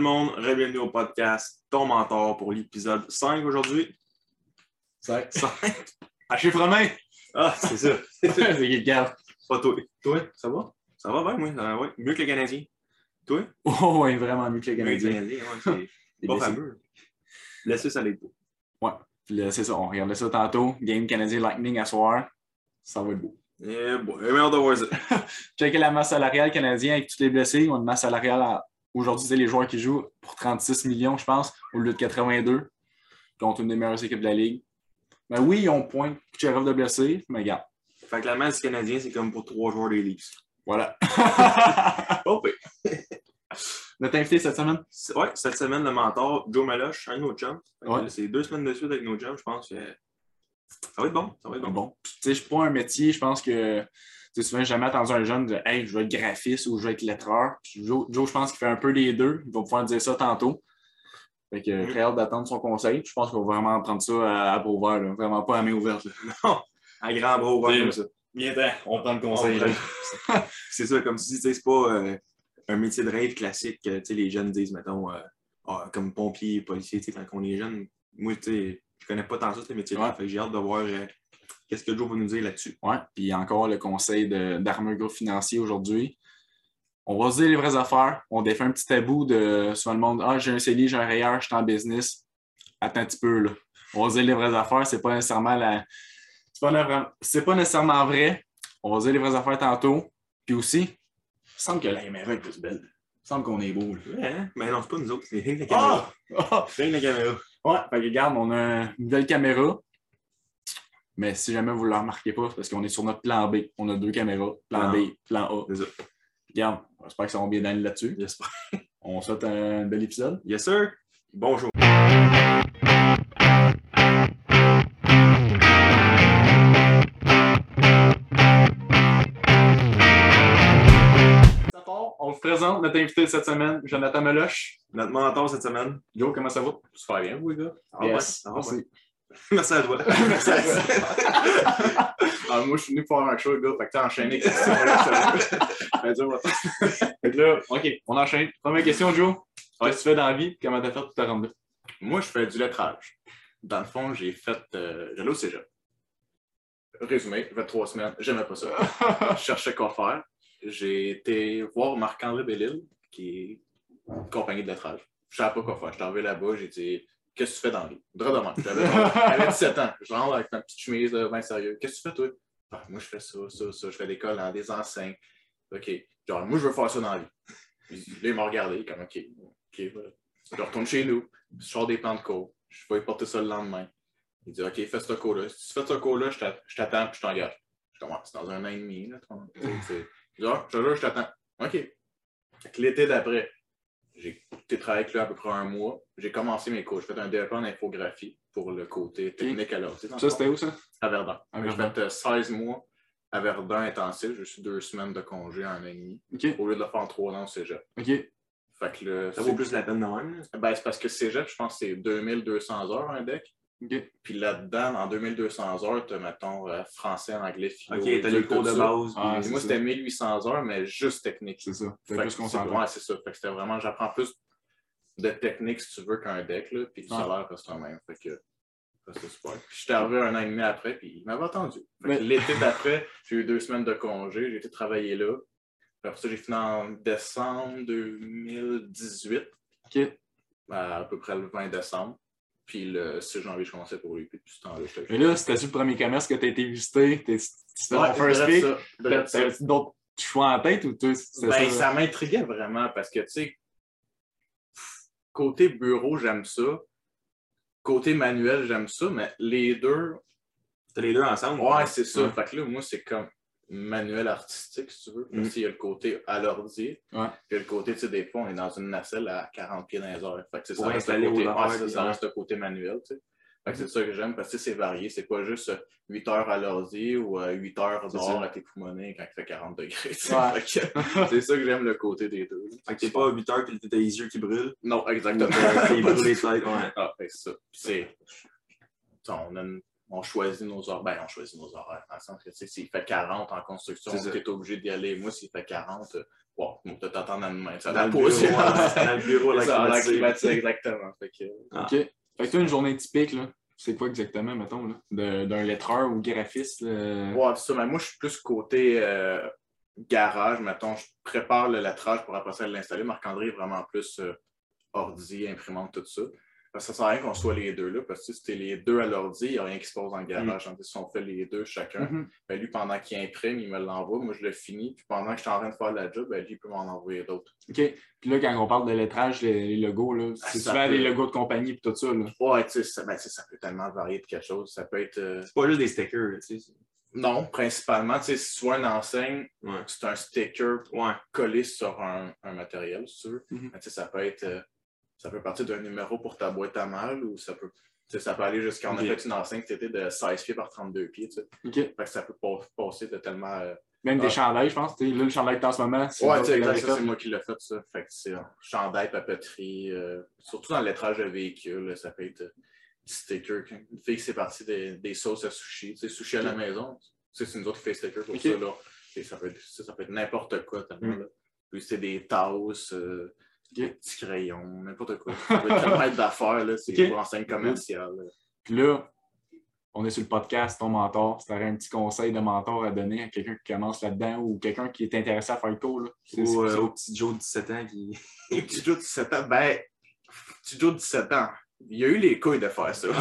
monde, bienvenue au podcast Ton Mentor pour l'épisode 5 aujourd'hui. 5. À chiffre romain! Ah, c'est ça. C'est qui te garde. Pas toi. Toi, ça va? Ça va bien, moi. Ouais. Mieux que les Canadiens. Toi? Oh, oui, vraiment mieux que les Les Canadiens. Canadiens, ouais, c'est pas blessés. fameux. Laissez ça l'aide pas. Ouais, puis là, c'est ça, on regardait ça tantôt. Game Canadien Lightning à soir. Ça va être beau. Eh bon, j'ai hâte de voir ça. Checker la masse salariale canadienne avec tous les blessés. On a une masse salariale aujourd'hui, c'est les joueurs qui jouent pour 36 millions, je pense, au lieu de 82, contre une des meilleures équipes de la Ligue. Mais oui, ils ont point Kucherov de blessés, mais regarde. Fait que la masse du Canadien, c'est comme pour 3 joueurs des Leafs. Voilà. Oh, oui. Notre invité cette semaine? Ouais, cette semaine, le mentor, Joe Meloche, un de nos chums. Ouais. C'est 2 semaines de suite avec nos chums, je pense que ça va être bon. Ça va être bon. Bon. Tu sais, je suis pas un métier, je pense que souvent, j'ai jamais entendu un jeune dire hey, je vais être graphiste ou je vais être lettreur. Joe, je pense qu'il fait un peu les deux. Il va pouvoir dire ça tantôt. Fait que très hâte d'attendre son conseil. Je pense qu'on va vraiment prendre ça à bras ouverts, là. Vraiment pas à main ouverte. Là. Non, à grand bras ouvert comme ça. Bien, on prend le conseil. C'est ça, comme tu dis, c'est pas un métier de rêve classique que les jeunes disent, mettons, comme pompier, policier, quand on est jeune. Moi, je connais pas tant ça, ces métiers-là. Ouais. Fait que j'ai hâte de voir qu'est-ce que Joe va nous dire là-dessus. Ouais, puis encore le conseil d'Armure Groupe Financier aujourd'hui. On va se dire les vraies affaires. On défait un petit tabou de souvent le monde. Ah, j'ai un CELI, j'ai un REER, je suis en business. Attends un petit peu, là. On va se dire les vraies affaires. C'est pas nécessairement c'est pas nécessairement vrai. On va se dire les vraies affaires tantôt. Puis aussi, il semble que la caméra est plus belle. Il semble qu'on est beau. Là. Ouais, hein? Mais non, c'est pas nous autres, c'est rien que la caméra. Rien que la caméra. Ouais, fait que regarde, on a une nouvelle caméra. Mais si jamais vous ne le remarquez pas, c'est parce qu'on est sur notre plan B. On a 2 caméras, plan B, plan A. C'est ça. Regarde, j'espère que ça va bien aller là-dessus. J'espère. On souhaite un bel épisode. Yes, sir. Bonjour. On vous présente notre invité de cette semaine, Jonathan Meloche. Notre mentor cette semaine. Joe, comment ça va? Super bien, vous, les gars. Yes. Merci. Merci à toi. Merci à toi. Alors, moi, je suis venu pour faire un show, les gars. Fait que tu as enchaîné. Fait que là, OK, on enchaîne. Première question, Joe. Qu'est-ce que tu fais dans la vie? Comment tu as fait pour te rendre là? Moi, je fais du lettrage. Dans le fond, j'allais au cégep. Résumé, il fait 3 semaines, j'aimais pas ça. Je cherchais quoi faire. J'ai été voir Marc-André Bellil, qui est une compagnie de lettrage. Je savais pas quoi faire. Je suis arrivé là-bas, j'ai dit « Qu'est-ce que tu fais dans la vie? » Droit de même. J'avais 17 ans. Je rentre avec ma petite chemise, bien sérieux. « Qu'est-ce que tu fais, toi? » Moi, je fais ça. Je fais l'école dans des enseignes. OK. Genre, moi, je veux faire ça dans la vie. Puis, là, il m'a regardé, comme OK, voilà. Je retourne chez nous, je sors des plans de cours. Je vais y porter ça le lendemain. Il dit OK, fais ce cours-là. Si tu fais ce cours-là, je t'attends et je t'engage. Je commence dans 1 an et demi. Là, je dis je t'attends. OK. Fait que l'été d'après, j'ai été travailler avec lui à peu près 1 mois. J'ai commencé mes cours. J'ai fait un DEP en infographie pour le côté technique à l'ordi. Ça, c'était où, ça? À Verdun. À J'ai fait 16 mois à Verdun intensif. J'ai eu 2 semaines de congé, 1 an et demi. OK. Au lieu de le faire en 3 ans au cégep. OK. Fait que là, Ça vaut plus la peine de même. Ben, c'est parce que cégep, je pense que c'est 2200 heures un deck. OK. Puis là-dedans, en 2200 heures, tu as, mettons, français, anglais, philo. OK, t'as les cours de base. Ah, Moi, c'était 1800 heures, mais juste technique. C'est ça. Fait Plus que qu'on c'est s'en va. ouais, c'est ça. Fait que c'était vraiment, j'apprends plus de technique, si tu veux, qu'un deck, là, puis le salaire reste le même. Fait que c'est super. Puis j'étais arrivé 1 an et demi après, puis il m'avait attendu. Fait que l'été d'après, j'ai eu 2 semaines de congé, j'ai été travailler là. Puis après ça, j'ai fini en décembre 2018. OK. À peu près le 20 décembre. Puis le 6 janvier, je commençais pour lui. Puis depuis ce temps-là, je Mais là, c'était-tu le premier commerce que tu as été visité? Tu fais ton first pick? T'avais-tu d'autres choix en tête ou tu ben, ça m'intriguait vraiment parce que, tu sais, côté bureau, j'aime ça. Côté manuel, j'aime ça, mais les deux. T'as les deux ensemble? Ouais, c'est ça. Ouais. Fait que là, moi, c'est comme manuel artistique, si tu veux. Parce qu'il y a le côté à l'ordi. Ouais. Puis le côté, tu sais, des fois, on est dans une nacelle à 40 pieds dans les heures. Fait que ça reste installer le côté, aux affaires, ça reste le côté manuel, tu sais. Fait que c'est ça que j'aime parce que c'est varié. C'est pas juste 8 heures à l'ordi ou 8 heures dehors à t'époumoner quand il fait 40 degrés. Ouais. Fait que c'est ça que j'aime le côté des deux. Fait que t'es pas à 8 heures et t'as les yeux qui brûlent. Non, exactement. T'es brûlé de tête, ouais. Ah, c'est ça. Puis c'est. On a une on choisit nos horaires. Ben, on choisit nos horaires. Dans le sens que, tu sais, s'il fait 40 en construction, tu es obligé d'y aller. Moi, s'il fait 40, bon, on peut t'attendre à demain. Ça Dans va poser. le bureau, la climatisé, exactement. Fait que, OK. Fait que toi, une journée typique, là, c'est quoi exactement, mettons, là, d'un lettreur ou graphiste? Ouais, c'est ça. Mais moi, je suis plus côté garage. Mettons, je prépare le lettrage pour après ça l'installer. Marc-André est vraiment plus ordi, imprimante, tout ça. Parce que ça sert à rien qu'on soit les deux là, parce que si t'es les deux à l'ordi, il n'y a rien qui se passe dans le garage. Si on fait les deux chacun, ben lui, pendant qu'il imprime, il me l'envoie, moi je le finis, puis pendant que je suis en train de faire la job, ben lui, il peut m'en envoyer d'autres. OK. Puis là, quand on parle de lettrage, les logos, là, c'est souvent des logos de compagnie et tout ça. Là. Ouais, tu sais, ça peut tellement varier de quelque chose. Ça peut être. C'est pas juste des stickers, tu sais. Non, principalement, tu sais, si tu vois une enseigne, c'est un sticker collé sur un matériel, si tu veux. Mais tu sais, ça peut être. Ça peut partir d'un numéro pour ta boîte à mal ou ça peut aller jusqu'à. On a fait une enseigne qui était de 16 pieds par 32 pieds. Tu sais. Fait que ça peut passer de tellement. Même des chandails, je pense. Là, le chandail que tu as en ce moment. Ouais, tu sais, exactement. C'est moi qui l'ai fait, ça. Fait que c'est chandail, papeterie. Surtout dans le lettrage de véhicule, ça peut être des stickers. Une fille qui s'est partie des sauces à sushi. Tu sais, sushi à la maison. Tu sais, c'est une autre qui fait des stickers pour ça. Là. Et ça peut être n'importe quoi tellement. Là. Puis c'est des tasses. Des petits crayons, n'importe quoi. Ça peut tellement être d'affaires, là, c'est pour enseigne commerciale. Puis là, on est sur le podcast, ton mentor. Si tu aurais un petit conseil de mentor à donner à quelqu'un qui commence là-dedans ou quelqu'un qui est intéressé à faire le cours. Là. Ou au petit Joe de 17 ans qui. Petit Joe de 17 ans, petit Joe de 17 ans, il a eu les couilles de faire ça.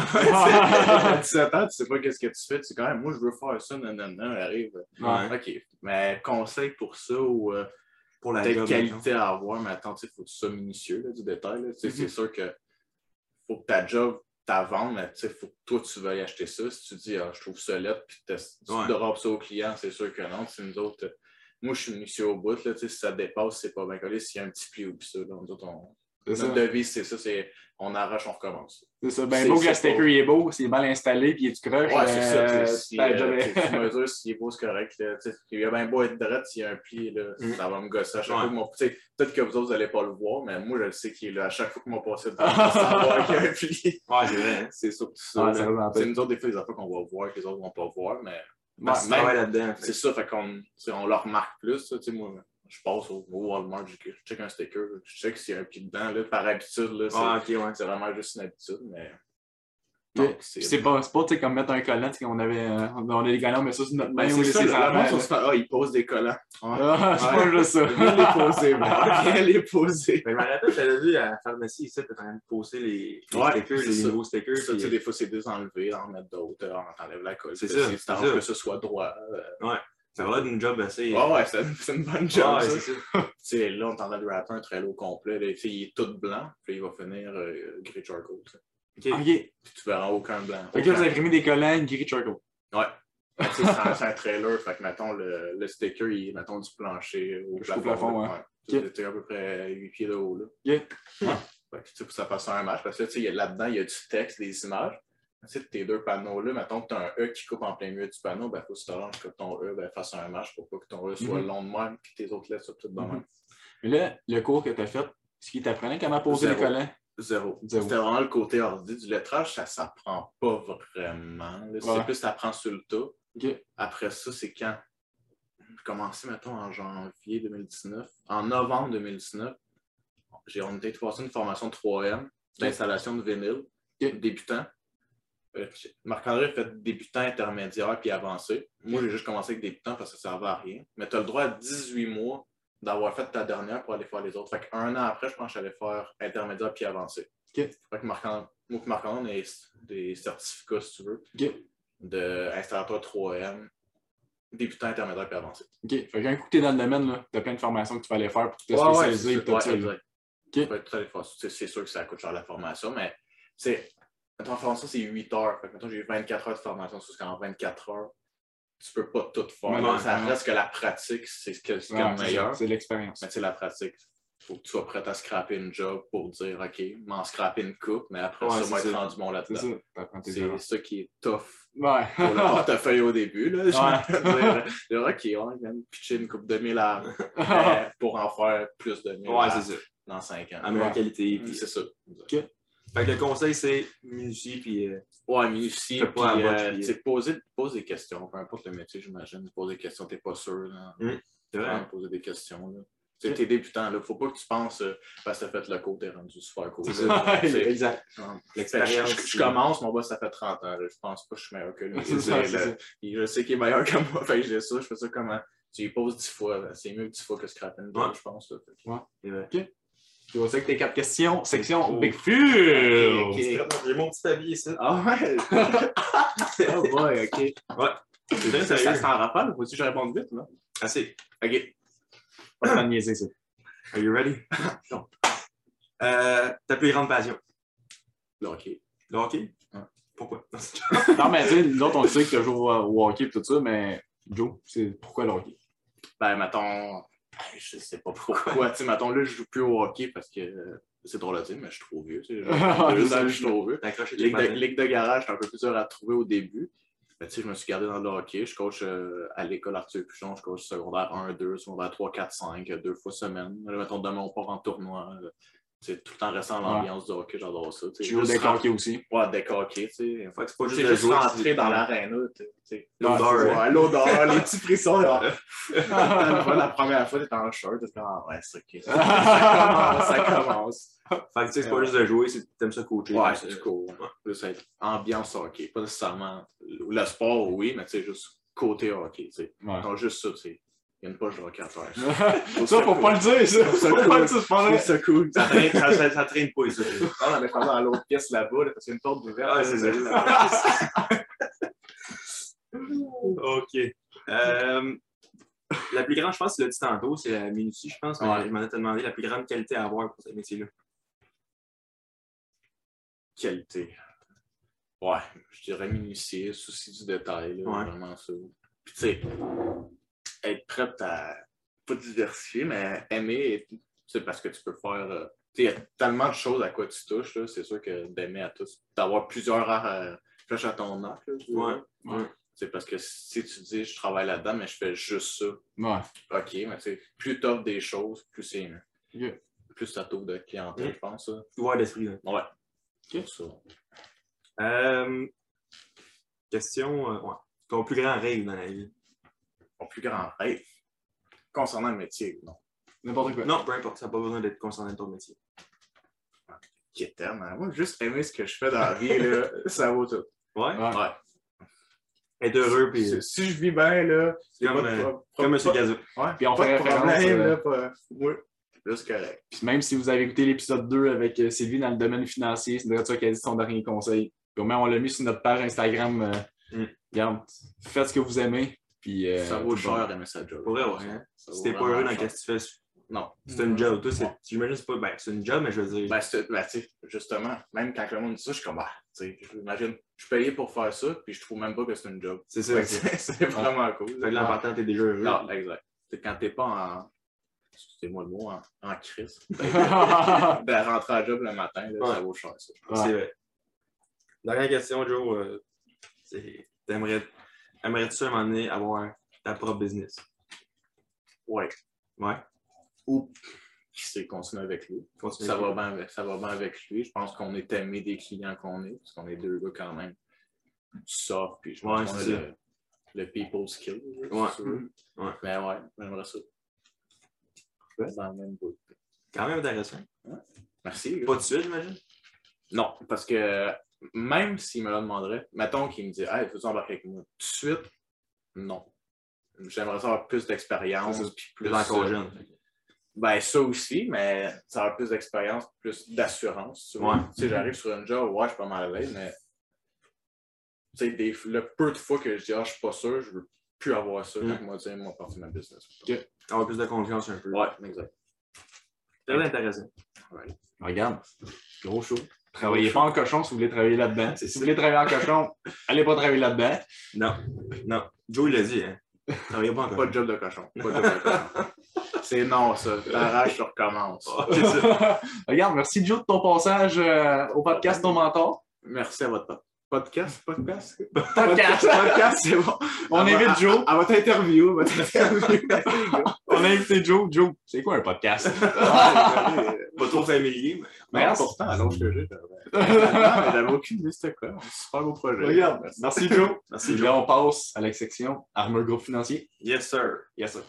À 17 ans, tu sais pas qu'est-ce que tu fais. Tu sais quand même, moi je veux faire ça, nanana, arrive. OK. Mais conseil pour ça ou. Pour la peut-être qualité à avoir, mais attends, il faut que tu sois minutieux là, du détail. C'est sûr que faut que ta job t'avende, mais il faut que toi tu veuilles acheter ça. Si tu dis je trouve ça laid, puis tu drops ça au client, c'est sûr que non. Nous autres, moi je suis minutieux au bout, là, si ça dépasse, c'est pas bien collé. S'il y a un petit pli ou pis ça, là, nous autres, notre devise, c'est ça, on arrache, on recommence. C'est ça. Ben beau que le sticker il est beau, s'il est mal installé puis il est du croche. Ouais, c'est ça. Si tu mesures s'il est beau, c'est correct. Il y a bien beau être droit, s'il y a un pli, là, ça va me gosser à chaque fois. Peut-être que vous autres, vous n'allez pas le voir, mais moi, je le sais qu'il est là. À chaque fois que moi passé devant, je sais savoir qu'il y a un pli. Ouais, c'est vrai. C'est surtout ça. C'est nous autres, des fois, les affaires qu'on va voir, que les autres ne vont pas voir, mais. là-dedans. C'est ça, fait qu'on le remarque plus. Moi, je passe au Walmart, je check un sticker, je check s'il y a un pied dedans. Là, par habitude, là, c'est vraiment juste une habitude, mais. Non, c'est pas comme mettre un collant, on a des collants, mais ça c'est notre main. C'est ça, ils posent des collants. C'est pas juste ça. Bien les poser, bien les poser. Je me rappelle, j'avais vu à la pharmacie ici, tu es en train de poser les stickers, les nouveaux stickers. Ça, des fois, c'est désenlevé, en mettre d'autres, on t'enlève la colle. C'est ça. C'est que ce soit droit. Ouais. Ça va être une job assez. Ouais, c'est une bonne job. Ouais, c'est ça. Là, on est en train de rapper un Trello complet. Là, il est tout blanc, puis il va finir gris charcoal. OK. Puis tu verras aucun blanc. Fait que vous avez imprimé des collants gris charcoal. Ouais. C'est un trailer, fait que mettons le sticker, il est mettons du plancher au plafond. C'était à peu près 8 pieds de haut. Là. Fait que ça fasse un match, parce que là-dedans, il y a du texte, des images. Tes deux panneaux-là, mettons que tu as un E qui coupe en plein milieu du panneau, il faut que tu t'arranges que ton E fasse un match pour pas que ton E soit long de même et que tes autres lettres soient toutes de même. Mais là, le cours que tu as fait, est-ce qu'il t'apprenait comment poser les collants? Zéro. C'était vraiment le côté ordi du lettrage, ça s'apprend pas vraiment. C'est plus t'apprends sur le tas. Après ça, c'est quand j'ai commencé, mettons, en janvier 2019. En novembre 2019, on était passé une formation 3M d'installation de vinyle, débutant. Marc-André a fait débutant, intermédiaire puis avancé. Moi, j'ai juste commencé avec débutant parce que ça ne servait à rien. Mais tu as le droit à 18 mois d'avoir fait ta dernière pour aller faire les autres. Fait qu'un an après, je pense que j'allais faire intermédiaire puis avancé. Fait que Marc-André, on a des certificats, si tu veux, d'installateur 3M, débutant, intermédiaire puis avancé. Fait qu'un coup que tu es dans le domaine, tu as plein de formations que tu vas aller faire pour te spécialiser et tout ça. C'est sûr que ça coûte cher la formation, mais la formation, c'est 8 heures. Fait que j'ai eu 24 heures de formation, sauf qu'en 24 heures, tu peux pas tout faire. Ça reste que la pratique, c'est ce qui est le meilleur. C'est l'expérience. Mais la pratique, il faut que tu sois prêt à scraper une job pour dire OK, m'en scraper une coupe, mais après ça, moi, être rendu bon là-dedans. C'est ça qui est tough pour le portefeuille au début. Là, je vais dire OK, on vient de pitcher une coupe de 1000 pour en faire plus de 1000 c'est ça. dans 5 ans. À meilleure qualité. C'est ça. OK. Fait que le conseil, c'est minutie, puis Ouais, minutie, fais puis pas la botche, puis, pose des questions, peu importe le métier, j'imagine. Pose des questions, t'es pas sûr. Là. c'est vrai. Vraiment poser des questions. Là. T'es débutant, là. Faut pas que tu penses parce que t'as fait le cours, t'es rendu super cool. C'est ça. Exact. L'expérience. Je commence, mon boss, ça fait 30 ans. Là. Je pense pas que je suis meilleur que lui. C'est ça, c'est ça. Je sais qu'il est meilleur que moi. Fait que j'ai ça, je fais ça comment? Tu y poses 10 fois. Là. C'est mieux que 10 fois que scrapping, je pense. Là. Ouais. C'est vrai. OK. Tu vas avec tes 4 questions. Section Oh. Big Phil. Ok. J'ai mon petit papier ici. Ah ouais? Oh boy, ok. Ouais. C'est très Ça sérieux. s'en rappelle? Faut-tu que je réponde vite? Là? Assez. Ok. Pas de niaiser, ça. Are you ready? Non. Ta plus grande passion? Le hockey. Le hockey? Ouais. Pourquoi? Non, mais tu sais, nous autres, on sait que tu joues au hockey et tout ça, mais Joe, c'est pourquoi le hockey? Ben, mettons, je sais pas pourquoi. Tu sais, mettons, là, je joue plus au hockey parce que c'est drôle à dire, mais je suis trop vieux. Tu sais, j'ai 2 ans, je suis trop vieux. T'as accroché Ligue de garage, c'est un peu plus dur à trouver au début. Mais tu sais, je me suis gardé dans le hockey. Je coach à l'école Arthur Puchon. Je coach secondaire 1, 2, secondaire 3, 4, 5, 2 fois semaine. Là, mettons, demain, on part en tournoi. C'est tout le temps restant dans l'ambiance du hockey, j'adore ça. Tu joues au deck hockey aussi. Ouais, deck hockey, tu sais. Fait que c'est pas juste C'est de juste jouer, rentrer c'est- dans l'aréna. L'odeur. Ouais, l'odeur, les petits frissons. La première fois, t'es en short, t'es comme, ouais, c'est ok. Ça commence. Fait que tu sais, c'est pas juste de jouer, c'est t'aimes ça coacher. Ouais, comme c'est ça. cool. Plus être ambiance hockey. Pas nécessairement le sport, oui, mais tu sais, juste côté hockey. Tu sais. Ouais. Donc, juste ça, tu sais. Il y a une poche de hockey à faire. Ça, faut pas le dire, ça. Faut pas le dire, c'est pas vrai. C'est cool. Ça traîne pas, ça. Non, mais pendant dans l'autre pièce là-bas, là, parce qu'il y a une porte ouverte. Ah, c'est ça. là. OK. La plus grande, je pense, tu l'as dit tantôt, c'est la minutie, je pense. Mais Ouais. je m'en ai demandé la plus grande qualité à avoir pour ce métier-là. Qualité. Ouais, je dirais minutieux, souci du détail, là, Ouais. vraiment ça. Puis tu sais, être prête à pas diversifier, mais aimer, c'est parce que tu peux faire. Tu sais, il y a tellement de choses à quoi tu touches, là, c'est sûr que d'aimer à tous, d'avoir plusieurs flèches à ton arc, là, je dirais. Ouais. C'est parce que si tu dis je travaille là-dedans, mais je fais juste ça, Ouais. ok, mais tu sais, plus tu offres des choses, plus c'est mieux. Ok. Plus ça t'ouvre de clientèle, je pense. Ça. Pouvoir d'esprit. Là. Ouais. Ok. Ça. Question, ouais. Ton plus grand rêve dans la vie? Mon plus grand rêve. Concernant le métier, non. N'importe quoi. Non, peu importe, ça n'a pas besoin d'être concerné de ton métier. Qui est terne, hein? Moi, juste aimer ce que je fais dans la vie, là, ça vaut tout. Ouais? Ouais. Ouais. Être heureux, puis Si je vis bien, là, c'est comme, comme M. Cazot. Ouais, Puis on pas fait de référence, problème, là, pas. Ouais. Juste correct. Puis même si vous avez écouté l'épisode 2 avec Sylvie dans le domaine financier, c'est de ça qu'elle a dit son dernier conseil. Puis au moins, on l'a mis sur notre page Instagram. Regarde, faites ce que vous aimez. Puis, Ça vaut tout cher aimer sa job. Pour vrai, ouais. Hein? Ça Si vaut t'es pas vraiment heureux dans cher. ce que tu fais, Non. c'est une job. Toi, j'imagine que c'est pas. Ben, c'est une job, mais je veux dire. Ben, tu sais, justement, même quand le monde dit ça, je suis comme, tu sais, j'imagine, je suis payé pour faire ça, puis je trouve même pas que c'est une job. c'est ça. Fait que Fait c'est vraiment cool. que l'important, t'es déjà heureux. Non, exact. C'est quand t'es pas en. Excusez-moi le mot, en crise. De rentrer à job le matin, là, Ouais. ça vaut cher, ça. C'est vrai. Dernière question, Joe. Aimerais-tu à un moment donné avoir ta propre business? Ouais. Ouais. Ou qui sait continuer avec lui. Continue. Ça va bien avec lui. Je pense qu'on est aimé des clients qu'on est, parce qu'on est deux gars quand même soft, puis je pense Ouais, qu'on c'est a le people skill. Ouais. si tu veux. Ouais. Mais ouais, j'aimerais ça. Ouais. Dans le même bout. Quand même intéressant. Merci. Pas de suite, j'imagine? Non, parce que même s'il me le demanderait, mettons qu'il me dit hey, veux-tu embarquer avec moi? Tout de suite, non. J'aimerais ça avoir plus d'expérience. C'est ça. Puis plus, Plus encore jeune. Ben, ça aussi, mais ça avoir plus d'expérience, plus d'assurance. Tu vois. Ouais. Tu sais, j'arrive sur une job, ouais, je suis pas mal à l'aise, mais tu sais, le peu de fois que je dis je suis pas sûr, je veux plus avoir ça quand moi, tu sais, moi, partie de ma business. Ok. Avoir plus de confiance un peu. Ouais, exact. Très intéressant. Ouais. Regarde, gros show. Travaillez pas en cochon si vous voulez travailler là-dedans. Si vous voulez travailler en cochon, allez pas travailler là-dedans. Non. Non. Joe, il l'a dit, hein. Travaillez pas encore. Pas de job de cochon. Pas de job de cochon. C'est non, ça. T'arraches, tu recommences. C'est ça. Regarde, merci Joe de ton passage au podcast Ton Mentor. Merci à votre podcast. Podcast. Podcast, c'est bon. On invite Joe. À votre interview. On a invité Joe. Joe, c'est quoi un podcast? Pas trop familier, mais. Mais pourtant, à l'autre que j'ai, j'avais aucune idée c'était quoi. Super beau projet. Regarde. Merci Joe. Merci, Et Joe. là, on passe à la section Armure Groupe Financier. Yes, sir. Yes, sir.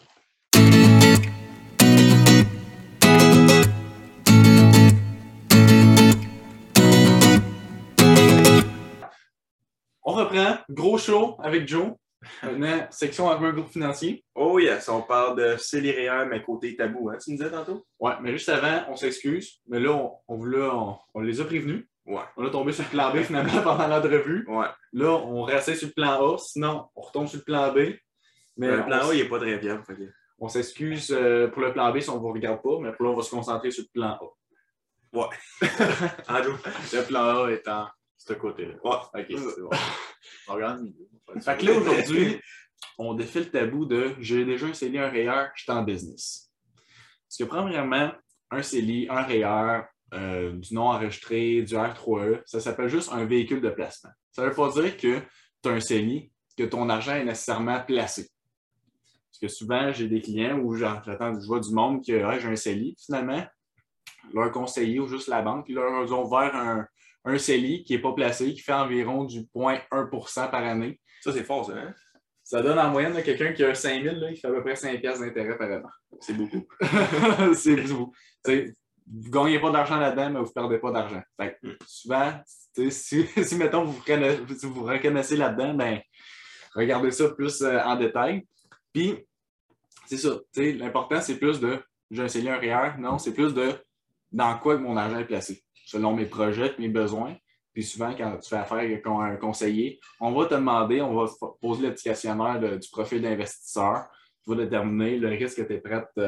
On reprend. Gros show avec Joe. Maintenant, section Armure Groupe Financier. Oh, yes, on parle de CELI-REER, mais côté tabou, hein, tu me disais tantôt? Ouais, mais juste avant, on s'excuse. Mais là, on les a prévenus. Ouais. On a tombé sur le plan B finalement pendant l'entrevue. Ouais. Là, on restait sur le plan A. Sinon, on retombe sur le plan B. Mais Le plan A, il n'est pas très viable. Fait que... on s'excuse pour le plan B si on ne vous regarde pas, mais pour là, on va se concentrer sur le plan A. Ouais. Ah, Joe. Le plan A étant ce côté-là. Ouais. Ok, c'est bon. On regarde le milieu. Fait que là, aujourd'hui, on défie le tabou de j'ai déjà un CELI, un REER, je suis en business. Parce que premièrement, un CELI, un REER, du non enregistré, du R3E, ça s'appelle juste un véhicule de placement. Ça ne veut pas dire que tu as un CELI, que ton argent est nécessairement placé. Parce que souvent, j'ai des clients où je vois du monde qui a j'ai un CELI, finalement, leur conseiller ou juste la banque, puis leur ils ont ouvert un CELI qui n'est pas placé, qui fait environ du 0,1% par année. Ça, c'est fort, ça, hein? Ça donne en moyenne quelqu'un qui a 5 000, là, il fait à peu près 5 piastres d'intérêt par an. C'est beaucoup. C'est vous. Vous ne gagnez pas d'argent là-dedans, mais vous ne perdez pas d'argent. Souvent, si mettons, vous vous reconnaissez là-dedans, ben, regardez ça plus en détail. Puis, c'est ça. L'important, c'est plus de j'ai un CELI, un REER. Non, c'est plus de dans quoi mon argent est placé, selon mes projets, mes besoins. Puis souvent, quand tu fais affaire avec un conseiller, on va te demander, on va poser le petit questionnaire du profil d'investisseur qui va déterminer le risque que tu es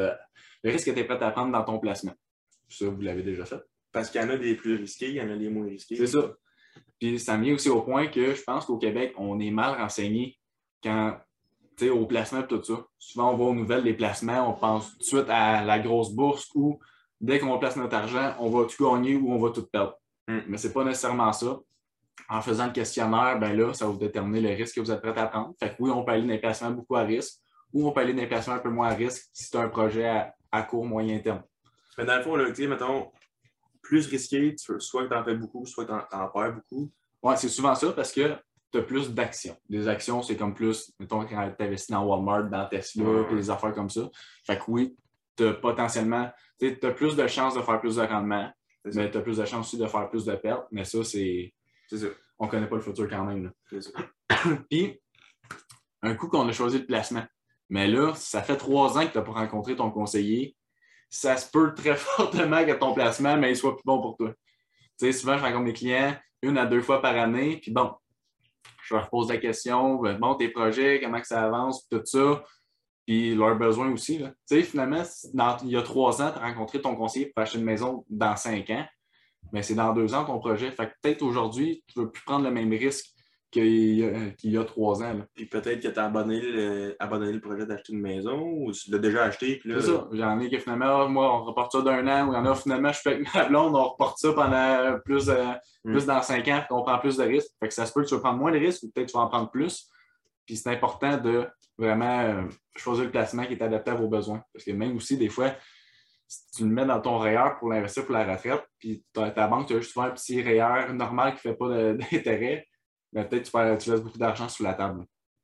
prêt à prendre dans ton placement. Ça, vous l'avez déjà fait. Parce qu'il y en a des plus risqués, il y en a des moins risqués. C'est ça. Puis ça me vient aussi au point que je pense qu'au Québec, on est mal renseigné quand, tu sais, au placement et tout ça. Souvent, on va aux nouvelles des placements, on pense tout de suite à la grosse bourse où dès qu'on place notre argent, on va tout gagner ou on va tout perdre. Mais ce n'est pas nécessairement ça. En faisant le questionnaire, ben là, ça va vous déterminer le risque que vous êtes prêt à prendre. Fait que oui, on peut aller dans des placements beaucoup à risque ou on peut aller dans des placements un peu moins à risque si c'est un projet à court, moyen terme. Mais dans le fond, là, tu sais, mettons, plus risqué, soit que tu en fais beaucoup, soit que tu en perds beaucoup. Oui, c'est souvent ça parce que tu as plus d'actions. Des actions, c'est comme plus, mettons, quand tu investis dans Walmart, dans Tesla, puis des affaires comme ça. Fait que oui, tu as potentiellement, tu as plus de chances de faire plus de rendement. Mais tu as plus de chances aussi de faire plus de pertes. Mais ça, c'est ça. On ne connaît pas le futur quand même. Là. C'est ça. Puis, un coup qu'on a choisi le placement, mais là, ça fait 3 ans que tu n'as pas rencontré ton conseiller, ça se peut très fortement que ton placement, mais il soit plus bon pour toi. Tu sais, souvent, je rencontre mes clients 1 à 2 fois par année, puis bon, je leur pose la question, bon, tes projets, comment que ça avance, tout ça. Puis leurs besoins aussi. Tu sais, finalement, il y a 3 ans, tu as rencontré ton conseiller pour acheter une maison dans 5 ans, mais c'est dans 2 ans ton projet. Fait que peut-être aujourd'hui, tu ne veux plus prendre le même risque qu'il y a 3 ans. Là. Puis peut-être que tu as abandonné le projet d'acheter une maison ou tu l'as déjà acheté. Puis là, c'est ça. J'en ai que finalement, moi, on reporte ça d'1 an, ou il y en a finalement, je fais avec ma blonde, on reporte ça pendant plus dans 5 ans, puis on prend plus de risques. Fait que ça se peut que tu vas prendre moins de risques ou peut-être que tu vas en prendre plus. Puis c'est important de vraiment choisir le placement qui est adapté à vos besoins. Parce que même aussi, des fois, si tu le mets dans ton REER pour l'investir pour la retraite, puis ta banque, tu as juste fait un petit REER normal qui ne fait pas d'intérêt, mais peut-être tu laisses beaucoup d'argent sur la table.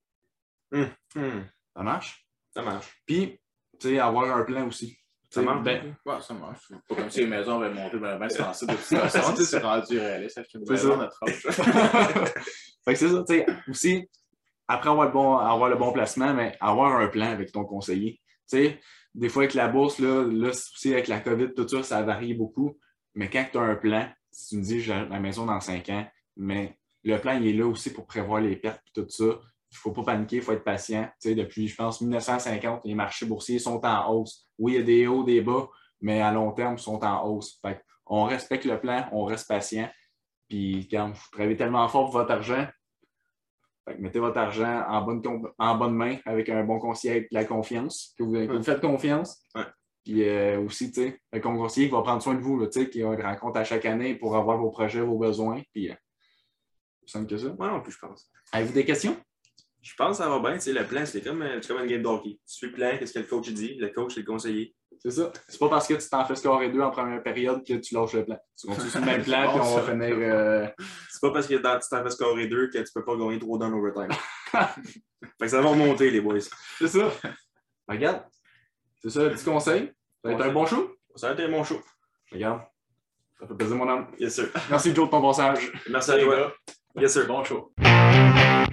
Ça marche? Ça marche. Puis, tu sais, avoir un plan aussi. Ça marche? Ouais, ça marche. C'est pas comme si les maisons avaient monté bien sensible de toute façon. C'est rendu réaliste. Acheter une maison à notre âge. Fait que c'est ça, tu sais, aussi, après avoir le bon placement, mais avoir un plan avec ton conseiller. Tu sais, des fois avec la bourse, là aussi avec la COVID, tout ça, ça varie beaucoup. Mais quand tu as un plan, si tu me dis j'ai la maison dans 5 ans, mais le plan, il est là aussi pour prévoir les pertes et tout ça. Il ne faut pas paniquer, il faut être patient. Tu sais, depuis, je pense, 1950, les marchés boursiers sont en hausse. Oui, il y a des hauts, des bas, mais à long terme, ils sont en hausse. Fait on respecte le plan, on reste patient. Puis quand vous travaillez tellement fort pour votre argent, fait que mettez votre argent en bonne main avec un bon conseiller avec de la confiance, que vous faites confiance. Ouais. Puis aussi, tu sais, un conseiller qui va prendre soin de vous, là, qui a une rencontre à chaque année pour avoir vos projets, vos besoins. Puis, plus simple que ça. Ouais, non plus, je pense. Avez-vous des questions? Je pense que ça va bien. Tu sais, le plan, c'est comme une game d'hockey. Tu suis le plan, qu'est-ce que le coach dit, le coach, c'est le conseiller. C'est ça. C'est pas parce que tu t'en fais scorer 2 en première période que tu lâches le plan. Tu continues sur le même plan, puis on va finir. C'est pas parce que tu t'en fais scorer 2 que tu peux pas gagner 3 dans overtime. Fait que ça va remonter, les boys. C'est ça. Regarde. C'est ça le petit conseil. Ça va être un bon show? Ça va être un bon show. Regarde. Ça fait plaisir, mon homme. Yes, sir. Merci, Joe, de ton passage. Merci à toi. Yes, sir. Bon show.